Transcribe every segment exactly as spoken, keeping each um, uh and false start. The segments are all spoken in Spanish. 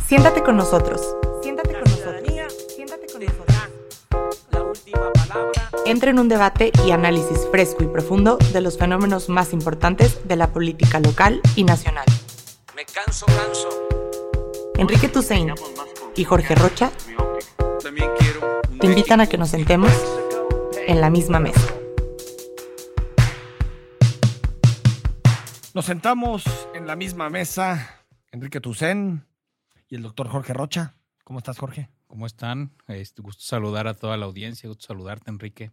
Siéntate con nosotros. Siéntate con nosotros. Siéntate con nosotros. La última palabra. Entra en un debate y análisis fresco y profundo de los fenómenos más importantes de la política local y nacional. Me canso, canso. Enrique Tusain y Jorge Rocha También quiero un te invitan a que nos sentemos en la misma mesa. Nos sentamos en la misma mesa, Enrique Tusain y el doctor Jorge Rocha. ¿Cómo estás, Jorge? ¿Cómo están? Este, gusto saludar a toda la audiencia, gusto saludarte, Enrique.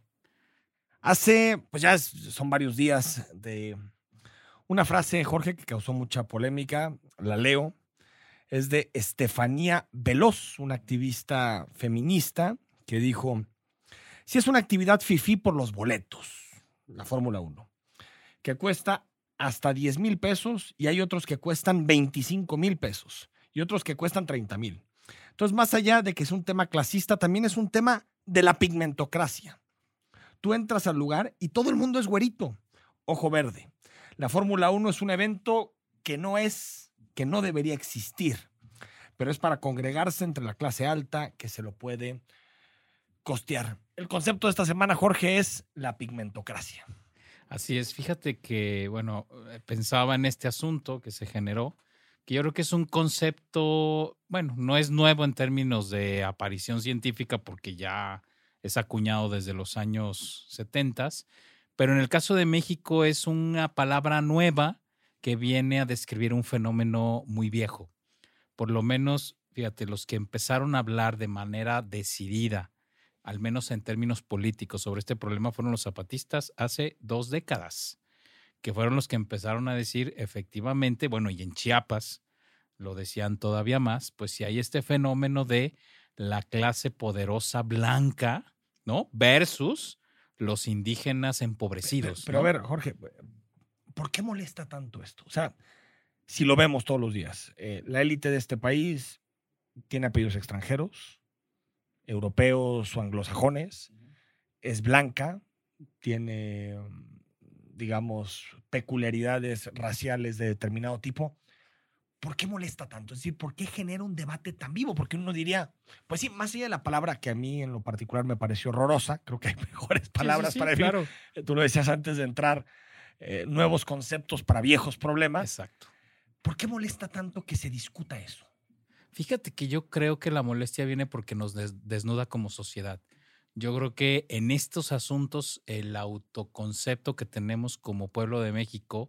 Hace, pues ya es- son varios días de una frase, Jorge, que causó mucha polémica. La leo. Es de Estefanía Veloz, una activista feminista, que dijo: si es una actividad fifí por los boletos, la Fórmula uno, que cuesta hasta diez mil pesos y hay otros que cuestan veinticinco mil pesos y otros que cuestan treinta mil. Entonces, más allá de que es un tema clasista, también es un tema de la pigmentocracia. Tú entras al lugar y todo el mundo es güerito, ojo verde. La Fórmula uno es un evento que no es, que no debería existir, pero es para congregarse entre la clase alta que se lo puede costear. El concepto de esta semana, Jorge, es la pigmentocracia. Así es, fíjate que, bueno, eh, pensaba en este asunto que se generó, que yo creo que es un concepto, bueno, no es nuevo en términos de aparición científica porque ya es acuñado desde los años setenta, pero en el caso de México es una palabra nueva que viene a describir un fenómeno muy viejo. Por lo menos, fíjate, los que empezaron a hablar de manera decidida, al menos en términos políticos, sobre este problema fueron los zapatistas hace dos décadas, que fueron los que empezaron a decir efectivamente, bueno, y en Chiapas lo decían todavía más, pues si hay este fenómeno de la clase poderosa blanca, ¿no? Versus los indígenas empobrecidos. Pero, pero ¿no? a ver, Jorge, ¿por qué molesta tanto esto? O sea, si lo vemos todos los días, eh, la élite de este país tiene apellidos extranjeros, europeos o anglosajones, es blanca, tiene, digamos, peculiaridades raciales de determinado tipo. ¿Por qué molesta tanto? Es decir, ¿por qué genera un debate tan vivo? Porque uno diría, pues sí, más allá de la palabra que a mí en lo particular me pareció horrorosa, creo que hay mejores palabras Sí, sí, sí, para definir. claro. Tú lo decías antes de entrar, eh, nuevos conceptos para viejos problemas. Exacto. ¿Por qué molesta tanto que se discuta eso? Fíjate que yo creo que la molestia viene porque nos des- desnuda como sociedad. Yo creo que en estos asuntos el autoconcepto que tenemos como pueblo de México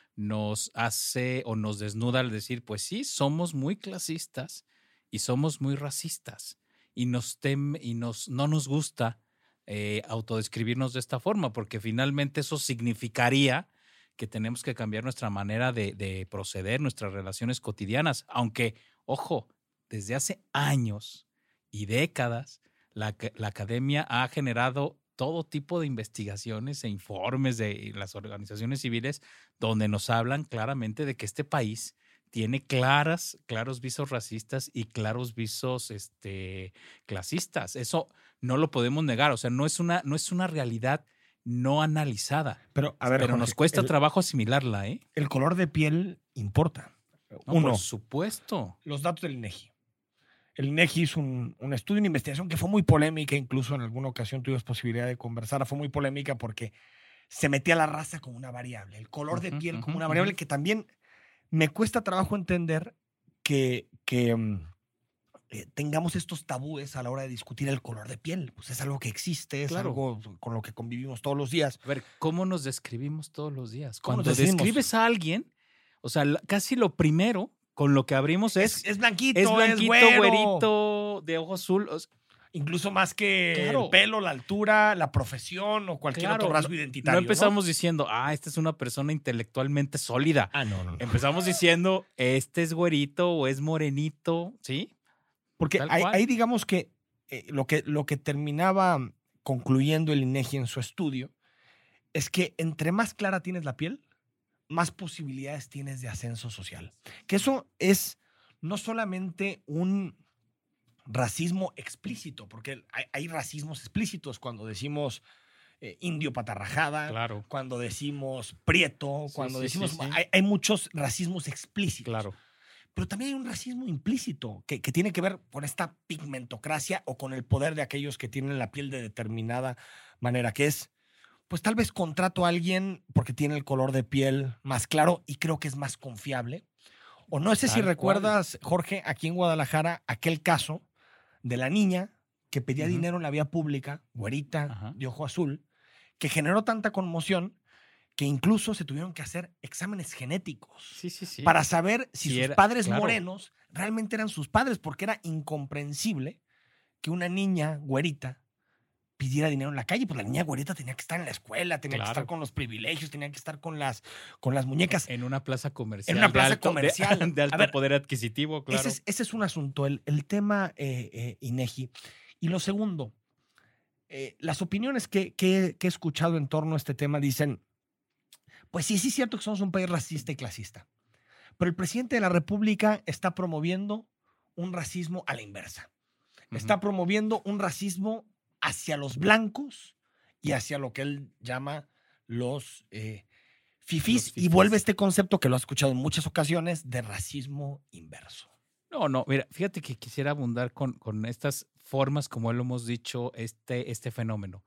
nos hace o nos desnuda al decir, pues sí, somos muy clasistas y somos muy racistas y nos tem- y nos no nos gusta eh, autodescribirnos de esta forma, porque finalmente eso significaría que tenemos que cambiar nuestra manera de, de proceder, nuestras relaciones cotidianas, aunque, ojo, desde hace años y décadas, la, ca- la academia ha generado todo tipo de investigaciones e informes de las organizaciones civiles donde nos hablan claramente de que este país tiene claras, claros visos racistas y claros visos este, clasistas. Eso no lo podemos negar. O sea, no es una, no es una realidad no analizada. Pero, a ver, pero Jorge, nos cuesta el, trabajo asimilarla, ¿eh? el color de piel importa. No, Uno, por supuesto. los datos del INEGI. El INEGI hizo un, un estudio, una investigación que fue muy polémica, incluso en alguna ocasión tuvimos posibilidad de conversar, fue muy polémica porque se metía la raza como una variable, el color de Ujú, piel como ujú, una variable, ujú. que también me cuesta trabajo entender que, que mm, eh, tengamos estos tabúes a la hora de discutir el color de piel. Pues es algo que existe, es Claro. algo con lo que convivimos todos los días. A ver, ¿cómo nos describimos todos los días? ¿Cómo nos Cuando describimos? describes a alguien, o sea, la- casi lo primero con lo que abrimos es, Es, es blanquito, es es blanquito, güero. güerito, de ojo azul. O sea, Incluso más que Claro. el pelo, la altura, la profesión o cualquier claro, otro rasgo no- identitario. No empezamos diciendo, ah, esta es una persona intelectualmente sólida. Ah, no, no, no. Empezamos diciendo, este es güerito o es morenito, ¿sí? Porque Tal ahí, cual. ahí digamos que, eh, lo que lo que terminaba concluyendo el INEGI en su estudio es que entre más clara tienes la piel, más posibilidades tienes de ascenso social. Que eso es no solamente un racismo explícito, porque hay, hay racismos explícitos cuando decimos eh, indio patarrajada, Claro. cuando decimos prieto, Sí, cuando sí, decimos... sí, sí. Hay, hay muchos racismos explícitos. Claro. pero también hay un racismo implícito que, que tiene que ver con esta pigmentocracia o con el poder de aquellos que tienen la piel de determinada manera, que es, pues tal vez contrato a alguien porque tiene el color de piel más claro y creo que es más confiable. O no sé Tal si cual. recuerdas, Jorge, aquí en Guadalajara, aquel caso de la niña que pedía Ujú. dinero en la vía pública, güerita, Ajá. de ojo azul, que generó tanta conmoción que incluso se tuvieron que hacer exámenes genéticos Sí, sí, sí. para saber si Sí sus era- padres claro. morenos realmente eran sus padres, porque era incomprensible que una niña güerita pidiera dinero en la calle. Pues la niña güerita tenía que estar en la escuela, tenía que Claro. estar con los privilegios, tenía que estar con las, con las muñecas. En una plaza comercial. En una de plaza alto- de- comercial. De, A alto ver, poder adquisitivo, claro. Ese, es, ese es un asunto, el, el tema eh, eh, INEGI. Y lo segundo, eh, las opiniones que, que- que he escuchado en torno a este tema dicen, pues sí, sí es cierto que somos un país racista y clasista, pero el presidente de la República está promoviendo un racismo a la inversa. Está Ujú. promoviendo un racismo hacia los blancos y hacia lo que él llama los eh, fifís, Los y fifís. vuelve este concepto que lo has escuchado en muchas ocasiones de racismo inverso. No, no, mira, fíjate que quisiera abundar con, con estas formas, como lo hemos dicho, este, este fenómeno.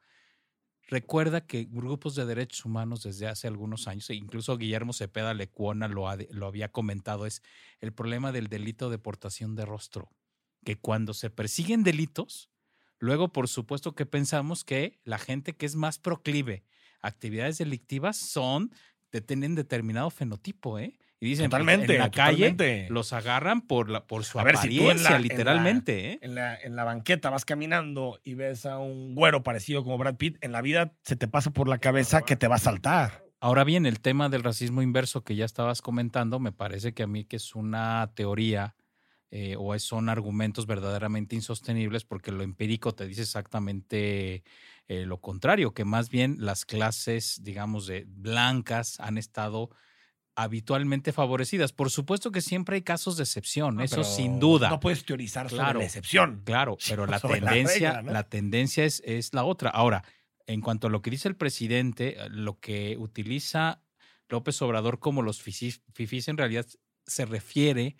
Recuerda que grupos de derechos humanos desde hace algunos años, e incluso Guillermo Cepeda Lecuona lo, ha- lo había comentado, es el problema del delito de portación de rostro. Que cuando se persiguen delitos, luego por supuesto que pensamos que la gente que es más proclive a actividades delictivas son, de- tienen determinado fenotipo, ¿eh? Y dicen, pues, Totalmente, en la calle totalmente. los agarran por, la, por su A ver, si tú en la- apariencia, en la- literalmente, ¿eh? En la, en la banqueta vas caminando y ves a un güero parecido como Brad Pitt, en la vida se te pasa por la cabeza que te va a saltar. Ahora bien, el tema del racismo inverso que ya estabas comentando, me parece que a mí que es una teoría eh, o es- son argumentos verdaderamente insostenibles porque lo empírico te dice exactamente eh, lo contrario, que más bien las clases, digamos, de blancas han estado habitualmente favorecidas. Por supuesto que siempre hay casos de excepción, No, eso pero sin duda. No puedes teorizar sobre Claro, la excepción. Claro, pero la Sobre la tendencia, regla, ¿no? la tendencia es, es la otra. Ahora, en cuanto a lo que dice el presidente, eh, lo que utiliza López Obrador como los fifís, fifís en realidad se refiere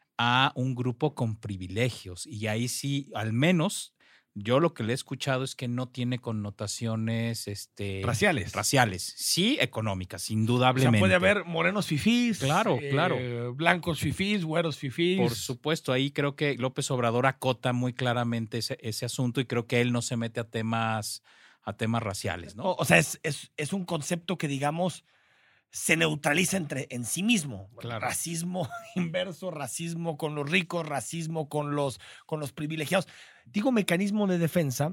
a un grupo con privilegios. Y ahí sí, al menos, yo lo que le he escuchado es que no tiene connotaciones este, Raciales. raciales. Sí, económicas, O sea, indudablemente. puede haber morenos fifís, Claro, eh, claro. blancos fifís, güeros fifís. Por supuesto, ahí creo que López Obrador acota muy claramente ese, ese asunto y creo que él no se mete a temas, a temas raciales, ¿no? O, o sea, es, es, es un concepto que, digamos, se neutraliza entre, en sí mismo. Claro. Racismo inverso, racismo con los ricos, racismo con los, con los privilegiados. Digo mecanismo de defensa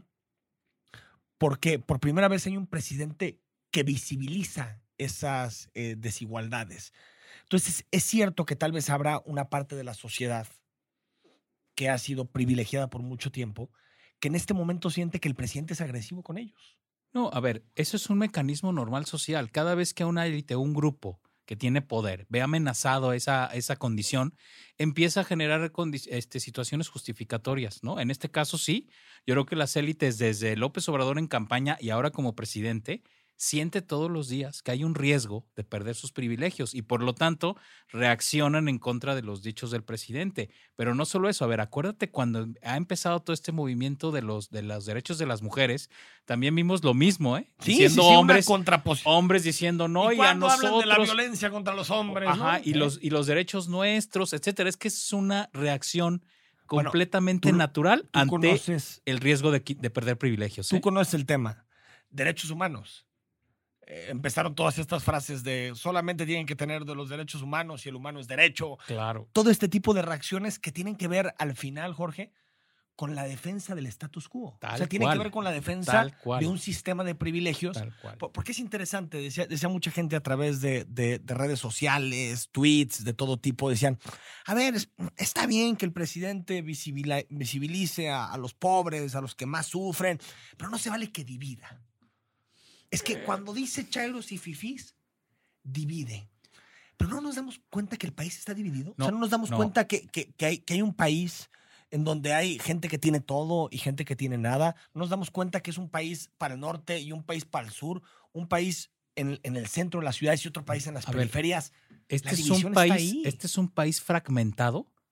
porque por primera vez hay un presidente que visibiliza esas eh, desigualdades. Entonces, es cierto que tal vez habrá una parte de la sociedad que ha sido privilegiada por mucho tiempo, que en este momento siente que el presidente es agresivo con ellos. No, a ver, eso es un mecanismo normal social. Cada vez que una élite o un grupo que tiene poder ve amenazado esa, esa condición, empieza a generar condi- este, situaciones justificatorias, ¿no? En este caso sí, yo creo que las élites desde López Obrador en campaña y ahora como presidente siente todos los días que hay un riesgo de perder sus privilegios y por lo tanto reaccionan en contra de los dichos del presidente. Pero no solo eso, a ver, acuérdate cuando ha empezado todo este movimiento de los, de los derechos de las mujeres, también vimos lo mismo, ¿eh? Sí, Diciendo sí, sí, hombres, una contraposición. hombres diciendo no ¿Y y a cuándo nosotros. hablan de la violencia contra los hombres? Ajá, ¿no? y, ¿Eh? los, y los derechos nuestros, etcétera. Es que es una reacción Bueno, completamente tú- natural Tú ante conoces, el riesgo de, qui- de perder privilegios. tú ¿eh? conoces el tema. Derechos humanos. Eh, empezaron todas estas frases de solamente tienen que tener de los derechos humanos y el humano es derecho. Claro. Todo este tipo de reacciones que tienen que ver al final, Jorge, con la defensa del status quo. Tal o sea, tiene cual. que ver con la defensa Tal cual. de un sistema de privilegios. Tal cual. Por- Porque es interesante, decía, decía mucha gente a través de, de- de redes sociales, tweets de todo tipo, decían, a ver, es- está bien que el presidente visibila- visibilice a, a los pobres, a los que más sufren, pero no se vale que divida. Es que cuando dice chairos y fifís, divide. Pero no nos damos cuenta que el país está dividido. o sea, No, no nos damos no. cuenta que, que- que hay, que hay un país en donde hay gente que tiene todo y gente que tiene nada. No nos damos cuenta que es un país para el norte y un país para el sur, un país en, en el centro de las ciudades y otro país en las A ver, periferias. Este La es, división un está país, ahí. este es un país fragmentado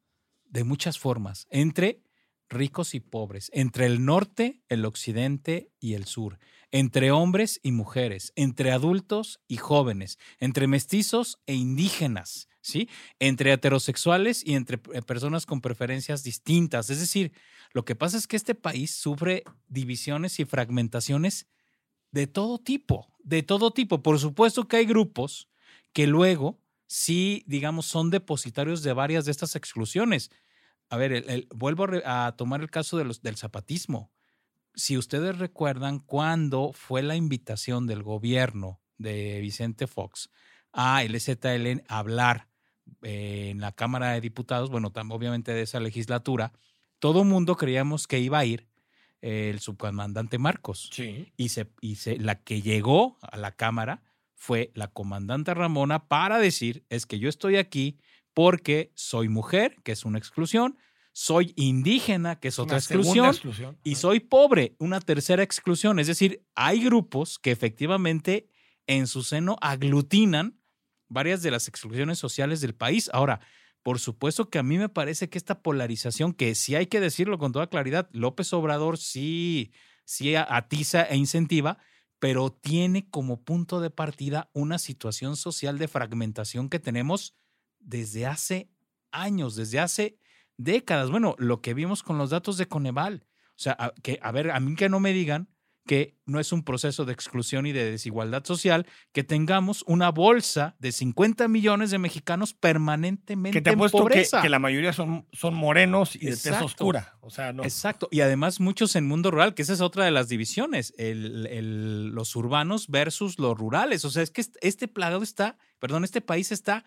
de muchas formas, entre ricos y pobres, entre el norte, el occidente y el sur, entre hombres y mujeres, entre adultos y jóvenes, entre mestizos e indígenas, ¿sí? Entre heterosexuales y entre personas con preferencias distintas. Es decir, lo que pasa es que este país sufre divisiones y fragmentaciones de todo tipo, de todo tipo. Por supuesto que hay grupos que luego sí, digamos, son depositarios de varias de estas exclusiones. A ver, el, el, vuelvo a, re, a tomar el caso de los, del zapatismo. Si ustedes recuerdan cuando fue la invitación del gobierno de Vicente Fox a el E Z L a hablar eh, en la Cámara de Diputados, bueno, tam, obviamente de esa legislatura, todo mundo creíamos que iba a ir eh, el subcomandante Marcos. Sí. Y, se, y se, la que llegó a la Cámara fue la comandante Ramona para decir, es que yo estoy aquí porque soy mujer, que es una exclusión, soy indígena, que es otra exclusión, exclusión, y soy pobre, una tercera exclusión. Es decir, hay grupos que efectivamente en su seno aglutinan varias de las exclusiones sociales del país. Ahora, por supuesto que a mí me parece que esta polarización, que sí hay que decirlo con toda claridad, López Obrador sí, sí atiza e incentiva, pero tiene como punto de partida una situación social de fragmentación que tenemos desde hace años, desde hace décadas. Bueno, lo que vimos con los datos de Coneval. O sea, a, que, a ver, a mí que no me digan que no es un proceso de exclusión y de desigualdad social, que tengamos una bolsa de cincuenta millones de mexicanos permanentemente que te en apuesto pobreza. Que, que la mayoría son, son morenos y Exacto. de tez oscura. O sea, no. Exacto. Y además muchos en mundo rural, que esa es otra de las divisiones, el, el, los urbanos versus los rurales. O sea, es que este plagado está, perdón, este país está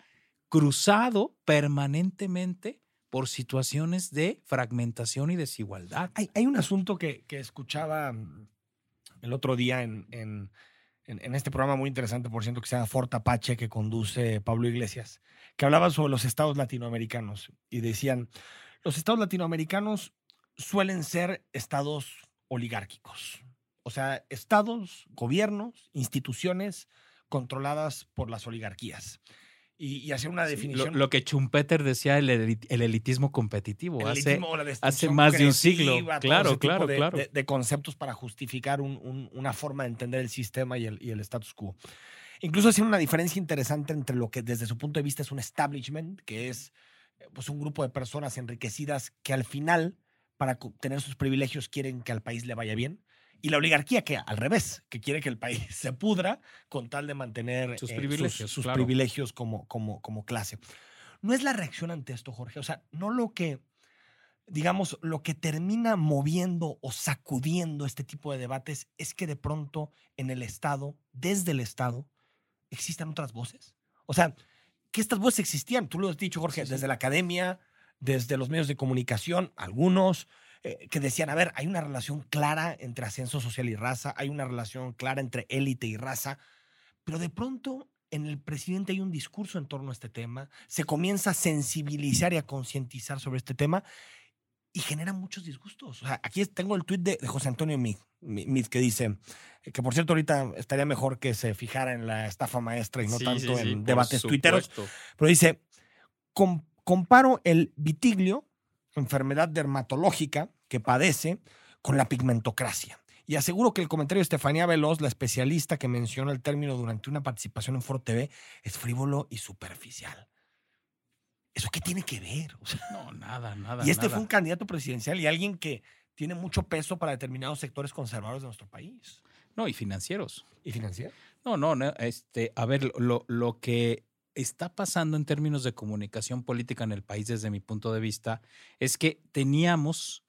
cruzado permanentemente por situaciones de fragmentación y desigualdad. Hay, hay un asunto que, que escuchaba el otro día en, en, en este programa muy interesante, por cierto, que se llama Fort Apache, que conduce Pablo Iglesias, que hablaba sobre los estados latinoamericanos y decían, los estados latinoamericanos suelen ser estados oligárquicos. O sea, estados, gobiernos, instituciones controladas por las oligarquías. Y, y hacer una definición. Sí, lo, lo que Schumpeter decía, el, elit, el elitismo competitivo, el hace, elitismo, hace más de un siglo. Claro, claro, de, claro. De, de conceptos para justificar un, un, una forma de entender el sistema y el, y el status quo. Incluso hacen una diferencia interesante entre lo que desde su punto de vista es un establishment, que es pues, un grupo de personas enriquecidas que al final, para tener sus privilegios, quieren que al país le vaya bien. Y la oligarquía, que al revés, que quiere que el país se pudra con tal de mantener sus eh, privilegios, sus, sus claro. privilegios como, como, como clase. ¿No es la reacción ante esto, Jorge? O sea, no lo que, digamos, lo que termina moviendo o sacudiendo este tipo de debates es que de pronto en el Estado, desde el Estado, existan otras voces. O sea, que estas voces existían, tú lo has dicho, Jorge, sí, sí. desde la academia, desde los medios de comunicación, algunos eh, que decían, a ver, hay una relación clara entre ascenso social y raza, hay una relación clara entre élite y raza, pero de pronto en el presidente hay un discurso en torno a este tema, se comienza a sensibilizar y a concientizar sobre este tema y genera muchos disgustos. O sea, aquí tengo el tuit de, de José Antonio Meade, Meade, que dice, que por cierto ahorita estaría mejor que se fijara en la estafa maestra y no sí, tanto sí, sí, en debates supuesto. tuiteros, pero dice, com, comparo el vitiglio, enfermedad dermatológica que padece, con la pigmentocracia. Y aseguro que el comentario de Estefanía Veloz, la especialista que menciona el término durante una participación en Foro T V, es frívolo y superficial. ¿Eso qué tiene que ver? O sea, no, nada, nada. Y este nada. fue un candidato presidencial y alguien que tiene mucho peso para determinados sectores conservadores de nuestro país. No, y financieros. ¿Y financieros? No, no, no. Este, a ver, lo, lo que está pasando en términos de comunicación política en el país, desde mi punto de vista, es que teníamos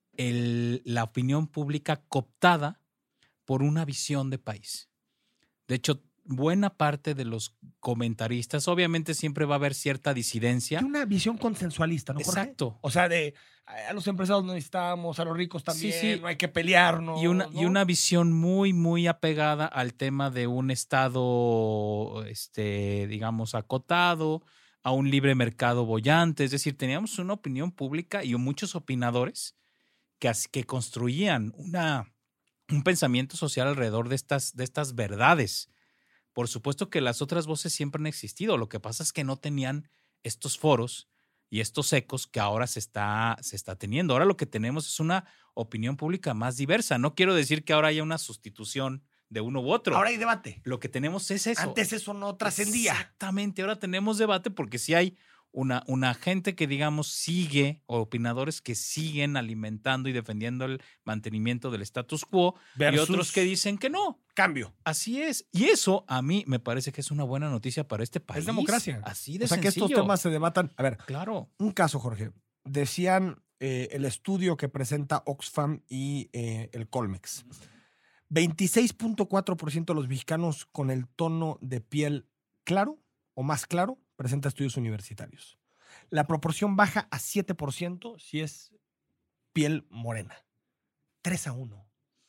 el, la opinión pública cooptada por una visión de país. De hecho, buena parte de los comentaristas, obviamente siempre va a haber cierta disidencia. Y una visión consensualista, ¿no, Jorge? Exacto. O sea, de a los empresarios no necesitamos, a los ricos también, sí, sí. no hay que pelearnos. Y una, ¿no? y una visión muy, muy apegada al tema de un Estado, este, digamos, acotado, a un libre mercado boyante. Es decir, teníamos una opinión pública y muchos opinadores que, que construían una, un pensamiento social alrededor de estas, de estas verdades. Por supuesto que las otras voces siempre han existido. Lo que pasa es que no tenían estos foros y estos ecos que ahora se está, se está teniendo. Ahora lo que tenemos es una opinión pública más diversa. No quiero decir que ahora haya una sustitución de uno u otro. Ahora hay debate. Lo que tenemos es eso. Antes eso no trascendía. Exactamente, ahora tenemos debate porque sí hay una, una gente que, digamos, sigue, o opinadores que siguen alimentando y defendiendo el mantenimiento del status quo, Versus y otros que dicen que no. Cambio. Así es. Y eso a mí me parece que es una buena noticia para este país. Es democracia. Así de O sea, sencillo. que estos temas se debatan. A ver, Claro. un caso, Jorge. Decían eh, el estudio que presenta Oxfam y eh, el Colmex. veintiséis punto cuatro por ciento de los mexicanos con el tono de piel claro o más claro presenta estudios universitarios. La proporción baja a siete por ciento si es piel morena. tres a uno.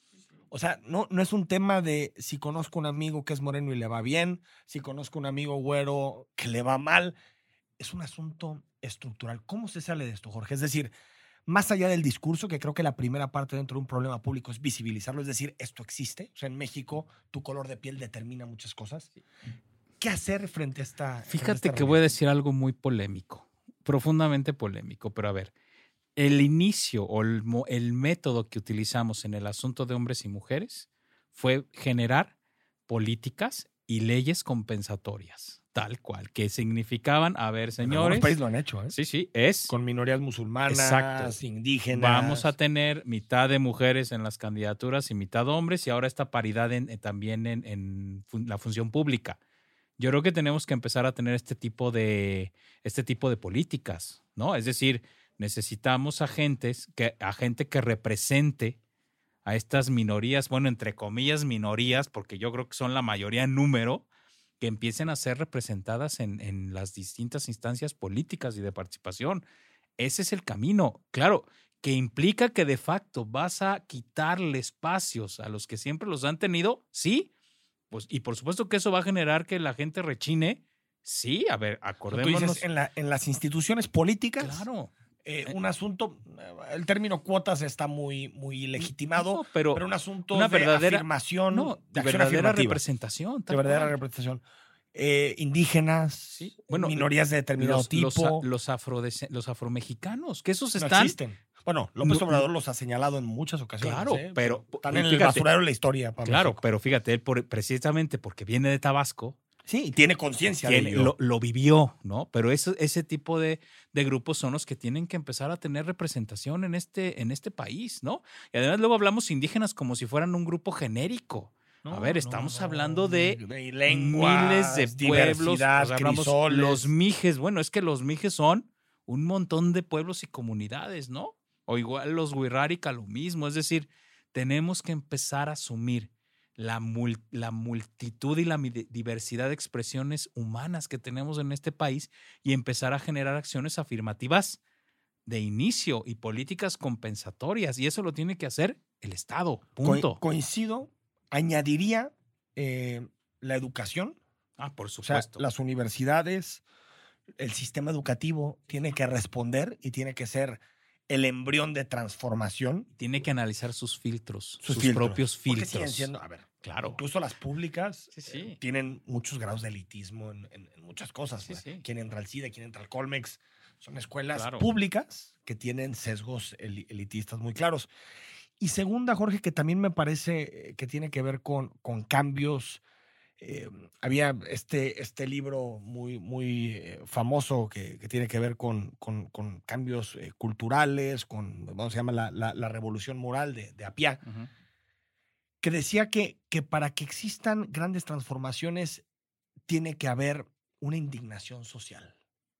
O sea, no, no es un tema de si conozco un amigo que es moreno y le va bien, si conozco un amigo güero que le va mal. Es un asunto estructural. ¿Cómo se sale de esto, Jorge? Es decir, más allá del discurso, que creo que la primera parte dentro de un problema público es visibilizarlo, es decir, esto existe. O sea, en México tu color de piel determina muchas cosas. ¿Qué hacer frente a esta? Fíjate frente a esta que voy a realidad? decir algo muy polémico, profundamente polémico, pero a ver, el inicio o el, mo- el método que utilizamos en el asunto de hombres y mujeres fue generar políticas y leyes compensatorias, tal cual, que significaban, a ver, En algunos señores, países lo han hecho, ¿eh? sí, sí, es, Con minorías musulmanas, Exacto. indígenas. vamos a tener mitad de mujeres en las candidaturas y mitad hombres, y ahora esta paridad en- eh, también en, en fun- la función pública. Yo creo que tenemos que empezar a tener este tipo de, este tipo de políticas, ¿no? Es decir, necesitamos agentes que, a gente que represente a estas minorías, bueno, entre comillas minorías, porque yo creo que son la mayoría en número, que empiecen a ser representadas en, en las distintas instancias políticas y de participación. Ese es el camino. Claro, que implica que de facto vas a quitarle espacios a los que siempre los han tenido, sí. Pues, y por supuesto que eso va a generar que la gente rechine. Sí, a ver, Tú acordémonos. dices, en, la, en las instituciones políticas, Claro. eh, un asunto, eh, el término cuotas está muy, muy legitimado, No, pero, pero un asunto una de verdadera- afirmación, no, de de acción verdadera afirmativa, representación. tal de verdadera cual. representación. Eh, indígenas, Sí, bueno, minorías de determinado Los, tipo, los, a- los, afrodesc- los afromexicanos, que esos no están. existen. Bueno, López No- Obrador los ha señalado en muchas ocasiones. Claro, ¿eh? pero- Están y en el fíjate, basurero de la historia. para Claro, México. pero fíjate, él por- precisamente porque viene de Tabasco, Sí, y tiene conciencia de tiene- ello. lo, lo vivió, ¿no? Pero eso, ese tipo de, de grupos son los que tienen que empezar a tener representación en este, en este país, ¿no? Y además luego hablamos indígenas como si fueran un grupo genérico. No, a ver, no, estamos no, hablando de de lenguas, miles de pueblos. diversidad, O sea, hablamos crisoles. los mijes, bueno, es que los mijes son un montón de pueblos y comunidades, ¿no? O igual los Wixárika, lo mismo. Es decir, tenemos que empezar a asumir la, mul- la multitud y la mi- diversidad de expresiones humanas que tenemos en este país y empezar a generar acciones afirmativas de inicio y políticas compensatorias. Y eso lo tiene que hacer el Estado. Co- Punto. coincido, añadiría eh, la educación, Ah, por o sea, supuesto. las universidades, el sistema educativo tiene que responder y tiene que ser el embrión de transformación. Tiene que analizar sus filtros, sus, filtros. propios Porque filtros. siguen siendo, a ver, Claro. incluso las públicas Sí, sí. eh, tienen muchos grados de elitismo en, en- en muchas cosas. Sí, pues. sí. Quién entra al CIDE, quién entra al Colmex. Son escuelas Claro. públicas que tienen sesgos eli- elitistas muy claros. Y segunda, Jorge, que también me parece eh, que tiene que ver con, con cambios. Eh, había este, este libro muy, muy eh, famoso que, que tiene que ver con, con- con cambios eh, culturales, con, ¿cómo se llama? La, la- la revolución moral de, de Appiah, Ujú. que decía que, que para que existan grandes transformaciones tiene que haber una indignación social.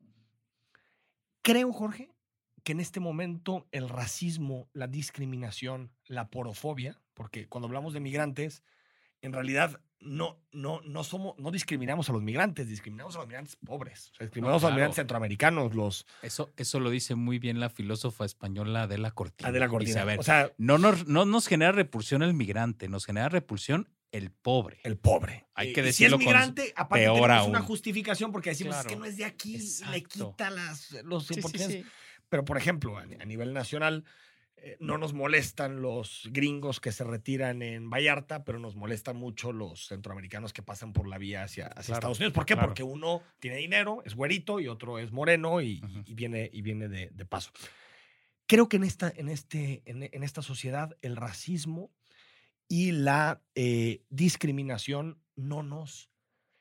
Creo, Jorge, que en este momento el racismo, la discriminación, la porofobia, porque cuando hablamos de migrantes, en realidad no, no, no, somos, no discriminamos a los migrantes, discriminamos a los migrantes pobres. O sea, discriminamos No, a los claro. migrantes centroamericanos, los Eso, eso lo dice muy bien la filósofa española Adela Cortina. Adela Dice, Cortina. a ver, O sea, no, nos, no nos genera repulsión el migrante, nos genera repulsión el pobre. el pobre. Hay Y- que y decirlo si es con- migrante, aparte peor tenemos una aún. justificación porque decimos Claro. es que no es de aquí, le Exacto. quita las, los Sí, sí, oportunidades. sí. Pero, por ejemplo, a, a nivel nacional, eh, no nos molestan los gringos que se retiran en Vallarta, pero nos molestan mucho los centroamericanos que pasan por la vía hacia, hacia Claro, Estados Unidos. ¿Por qué? claro. Porque uno tiene dinero, es güerito, y otro es moreno y, Ujú. y viene, y viene de, de paso. Creo que en esta, en este, en, en esta sociedad el racismo y la eh, discriminación no nos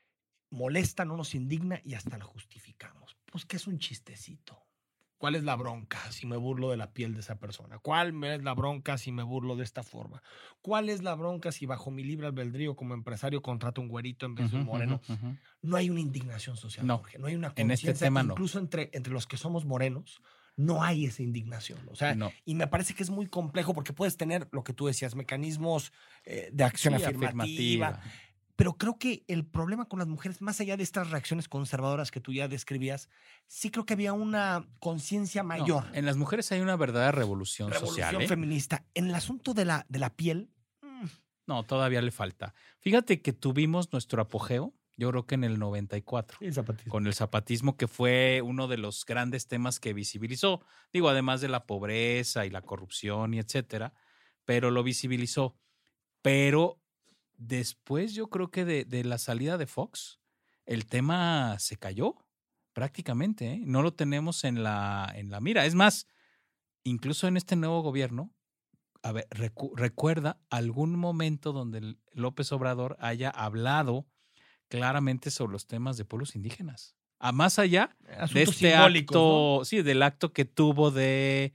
molesta, no nos indigna y hasta la justificamos. Pues que es un chistecito. ¿Cuál es la bronca si me burlo de la piel de esa persona? ¿Cuál es la bronca si me burlo de esta forma? ¿Cuál es la bronca si bajo mi libre albedrío como empresario contrato un güerito en vez de un Ujú, moreno? ujú, ujú. No hay una indignación social, No. Jorge. No hay una En este conciencia. tema no. Incluso entre, entre los que somos morenos, no hay esa indignación. O sea, No. y me parece que es muy complejo porque puedes tener lo que tú decías, mecanismos eh, de acción Sí, afirmativa. afirmativa. Pero creo que el problema con las mujeres, más allá de estas reacciones conservadoras que tú ya describías, sí creo que había una conciencia No, mayor. en las mujeres hay una verdadera revolución, revolución social. ¿eh? feminista. En el asunto de la, de la piel, mm, No, todavía le falta. Fíjate que tuvimos nuestro apogeo, yo creo que en el noventa y cuatro, el zapatismo. con el zapatismo, que fue uno de los grandes temas que visibilizó. Digo, además de la pobreza y la corrupción y etcétera, pero lo visibilizó. Pero después yo creo que de, de la salida de Fox, el tema se cayó prácticamente. ¿eh? No lo tenemos en la, en la mira. Es más, incluso en este nuevo gobierno, a ver, recu- recuerda algún momento donde el López Obrador haya hablado claramente sobre los temas de pueblos indígenas. A más allá Asuntos de este simbólicos, acto, ¿no? sí, del acto que tuvo de,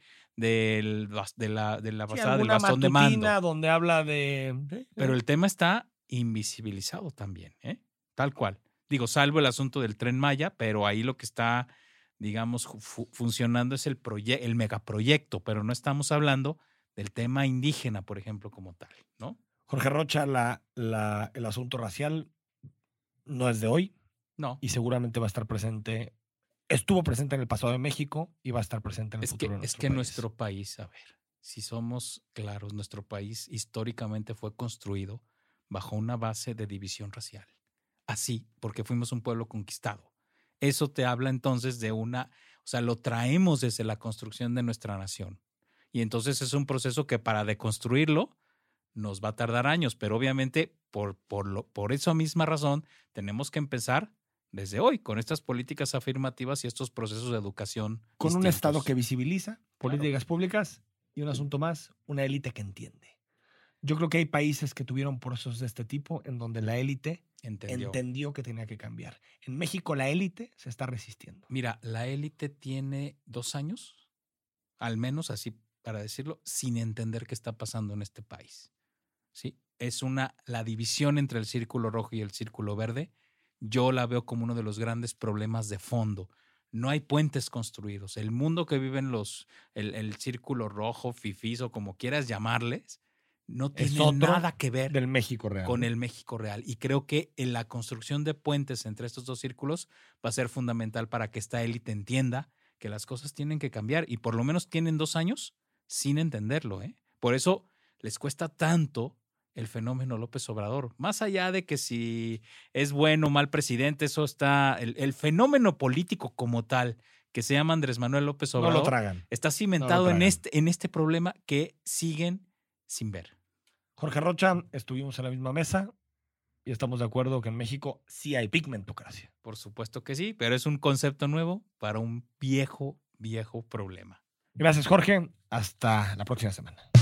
del bas- de la, de la Sí, pasada del alguna bastón de mando. matutina donde habla de... sí, Pero sí. el tema está invisibilizado también, ¿eh? Tal cual. Digo, salvo el asunto del Tren Maya, pero ahí lo que está, digamos, fu- funcionando es el, proye- el megaproyecto, pero no estamos hablando del tema indígena, por ejemplo, como tal, ¿no? Jorge Rocha, la, la, el asunto racial no es de hoy No. y seguramente va a estar presente. Estuvo presente en el pasado de México y va a estar presente en el Es futuro que, de es nuestro que país. nuestro país, a ver, si somos claros, nuestro país históricamente fue construido bajo una base de división racial. Así, porque fuimos un pueblo conquistado. Eso te habla entonces de una, o sea, lo traemos desde la construcción de nuestra nación. Y entonces es un proceso que para deconstruirlo nos va a tardar años, pero obviamente por, por, lo, por esa misma razón tenemos que empezar desde hoy con estas políticas afirmativas y estos procesos de educación Con un distintos. Estado que visibiliza Claro. políticas públicas y un asunto más, una élite que entiende. Yo creo que hay países que tuvieron procesos de este tipo en donde la élite Entendió. entendió que tenía que cambiar. En México la élite se está resistiendo. Mira, la élite tiene dos años, al menos así para decirlo, sin entender qué está pasando en este país. ¿Sí? Es una, la división entre el círculo rojo y el círculo verde, yo la veo como uno de los grandes problemas de fondo. No hay puentes construidos. El mundo que viven los, el, el círculo rojo, fifís o como quieras llamarles, no Es tiene otro nada que ver del México real. con ¿no? el México real. Y creo que en la construcción de puentes entre estos dos círculos va a ser fundamental para que esta élite entienda que las cosas tienen que cambiar. Y por lo menos tienen dos años sin entenderlo. ¿eh? Por eso les cuesta tanto el fenómeno López Obrador. Más allá de que si es bueno o mal presidente, eso está... El, el fenómeno político como tal, que se llama Andrés Manuel López No Obrador, lo tragan. está cimentado en tragan. este, en este problema que siguen sin ver. Jorge Rocha, estuvimos en la misma mesa y estamos de acuerdo que en México sí hay pigmentocracia. Por supuesto que sí, pero es un concepto nuevo para un viejo, viejo problema. Gracias, Jorge. Hasta la próxima semana.